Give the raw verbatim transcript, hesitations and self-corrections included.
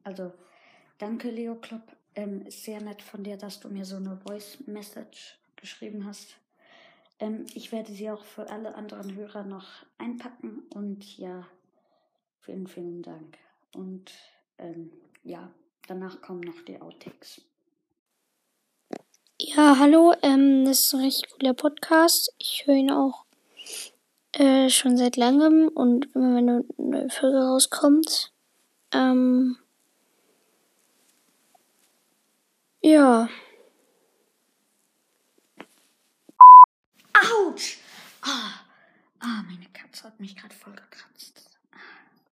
Also, danke, Leo Klopp. Ähm, ist sehr nett von dir, dass du mir so eine Voice-Message geschrieben hast. Ähm, ich werde sie auch für alle anderen Hörer noch einpacken und ja, vielen, vielen Dank. Und ähm, ja, danach kommen noch die Outtakes. Ja, hallo, ähm, das ist ein richtig cooler Podcast. Ich höre ihn auch äh, schon seit langem und immer wenn eine neue Folge rauskommt. Ähm, ja.